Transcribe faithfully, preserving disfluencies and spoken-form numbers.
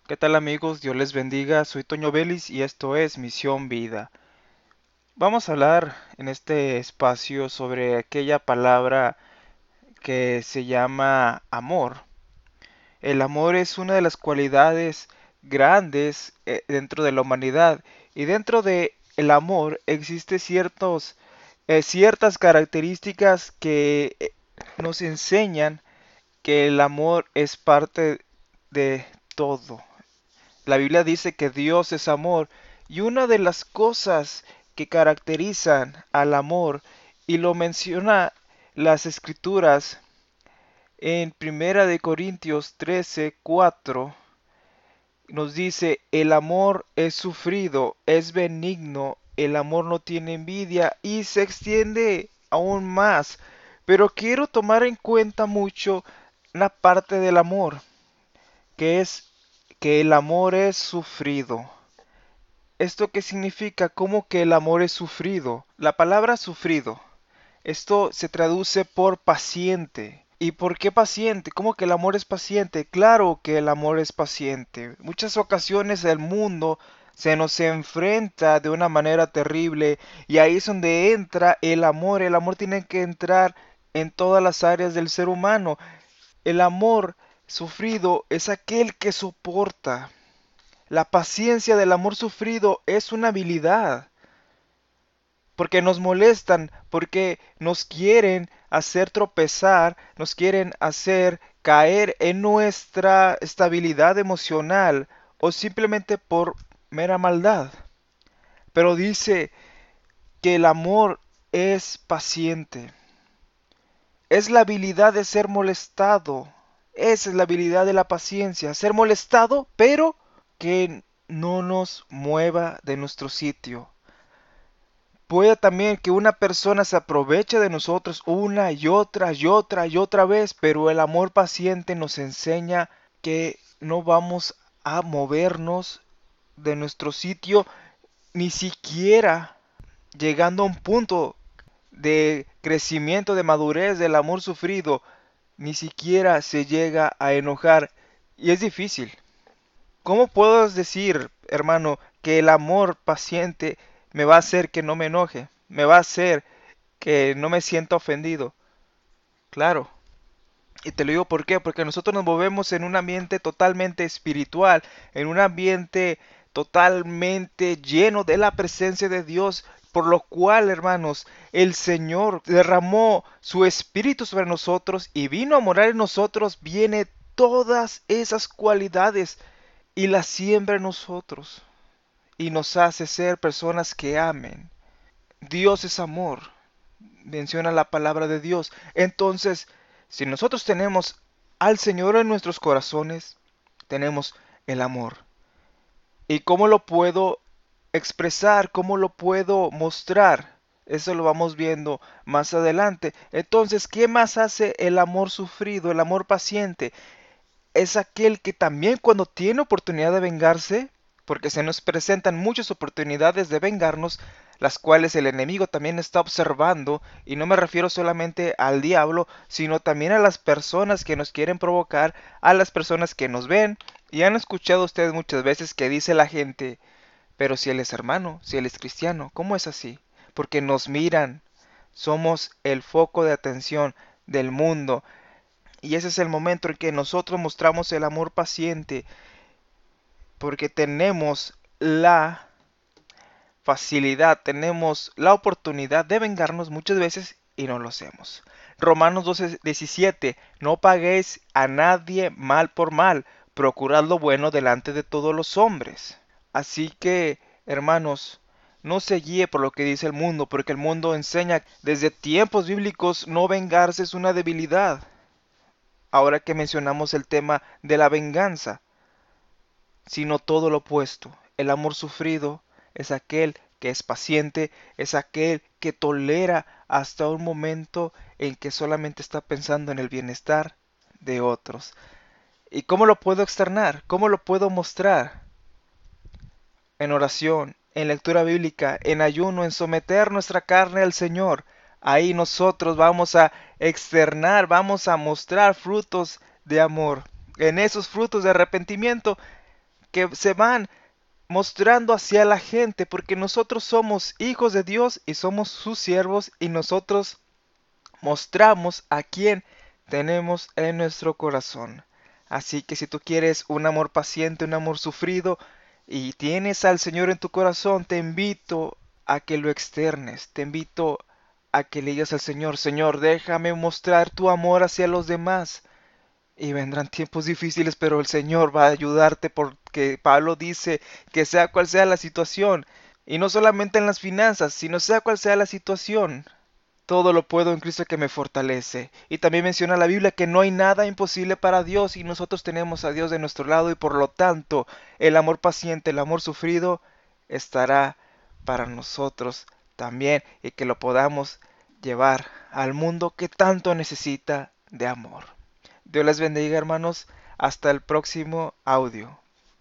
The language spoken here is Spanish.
¿Qué tal amigos? Dios les bendiga. Soy Toño Vélez y esto es Misión Vida. Vamos a hablar en este espacio sobre aquella palabra que se llama amor. El amor es una de las cualidades grandes eh, dentro de la humanidad y dentro de el amor existe ciertos, eh, ciertas características que eh, nos enseñan que el amor es parte de todo. La Biblia dice que Dios es amor y una de las cosas que caracterizan al amor y lo menciona las escrituras en Primera de Corintios trece cuatro nos dice el amor es sufrido, es benigno, el amor no tiene envidia y se extiende aún más. Pero quiero tomar en cuenta mucho una parte del amor, que es que el amor es sufrido. ¿Esto qué significa? ¿Cómo que el amor es sufrido? La palabra sufrido, esto se traduce por paciente. ¿Y por qué paciente? ¿Cómo que el amor es paciente? Claro que el amor es paciente. Muchas ocasiones el mundo se nos enfrenta de una manera terrible y ahí es donde entra el amor. El amor tiene que entrar en todas las áreas del ser humano. El amor sufrido es aquel que soporta. La paciencia del amor sufrido es una habilidad, porque nos molestan, porque nos quieren hacer tropezar, nos quieren hacer caer en nuestra estabilidad emocional o simplemente por mera maldad. Pero dice que el amor es paciente, es la habilidad de ser molestado, esa es la habilidad de la paciencia, ser molestado, pero que no nos mueva de nuestro sitio. Puede también que una persona se aproveche de nosotros una y otra y otra y otra vez, pero el amor paciente nos enseña que no vamos a movernos de nuestro sitio, ni siquiera llegando a un punto de crecimiento, de madurez del amor sufrido, ni siquiera se llega a enojar. Y es difícil. ¿Cómo puedo decir, hermano, que el amor paciente me va a hacer que no me enoje? Me va a hacer que no me sienta ofendido. Claro. Y te lo digo por qué, porque nosotros nos movemos en un ambiente totalmente espiritual, en un ambiente totalmente lleno de la presencia de Dios, por lo cual, hermanos, el Señor derramó su espíritu sobre nosotros y vino a morar en nosotros, viene todas esas cualidades y las siembra en nosotros y nos hace ser personas que amen. Dios es amor, menciona la palabra de Dios. Entonces, si nosotros tenemos al Señor en nuestros corazones, tenemos el amor. ¿Y cómo lo puedo expresar? ¿Cómo lo puedo mostrar? Eso lo vamos viendo más adelante. Entonces, ¿qué más hace el amor sufrido, el amor paciente? Es aquel que también cuando tiene oportunidad de vengarse, porque se nos presentan muchas oportunidades de vengarnos, las cuales el enemigo también está observando, y no me refiero solamente al diablo, sino también a las personas que nos quieren provocar, a las personas que nos ven, y han escuchado ustedes muchas veces que dice la gente, pero si él es hermano, si él es cristiano, ¿cómo es así? Porque nos miran, somos el foco de atención del mundo, y ese es el momento en que nosotros mostramos el amor paciente, porque tenemos la facilidad, tenemos la oportunidad de vengarnos muchas veces y no lo hacemos. Romanos doce diecisiete, no paguéis a nadie mal por mal, procurad lo bueno delante de todos los hombres. Así que, hermanos, no se guíe por lo que dice el mundo, porque el mundo enseña desde tiempos bíblicos no vengarse es una debilidad. Ahora que mencionamos el tema de la venganza, sino todo lo opuesto. El amor sufrido es aquel que es paciente, es aquel que tolera hasta un momento en que solamente está pensando en el bienestar de otros. ¿Y cómo lo puedo externar? ¿Cómo lo puedo mostrar? En oración, en lectura bíblica, en ayuno, en someter nuestra carne al Señor. Ahí nosotros vamos a externar, vamos a mostrar frutos de amor. En esos frutos de arrepentimiento que se van mostrando hacia la gente, porque nosotros somos hijos de Dios y somos sus siervos, y nosotros mostramos a quien tenemos en nuestro corazón. Así que si tú quieres un amor paciente, un amor sufrido, y tienes al Señor en tu corazón, te invito a que lo externes, te invito a que le digas al Señor: Señor, déjame mostrar tu amor hacia los demás. Y vendrán tiempos difíciles, pero el Señor va a ayudarte, porque Pablo dice que sea cual sea la situación, y no solamente en las finanzas, sino sea cual sea la situación, todo lo puedo en Cristo que me fortalece. Y también menciona la Biblia que no hay nada imposible para Dios, y nosotros tenemos a Dios de nuestro lado, y por lo tanto el amor paciente, el amor sufrido estará para nosotros también, y que lo podamos llevar al mundo que tanto necesita de amor. Dios les bendiga, hermanos. Hasta el próximo audio.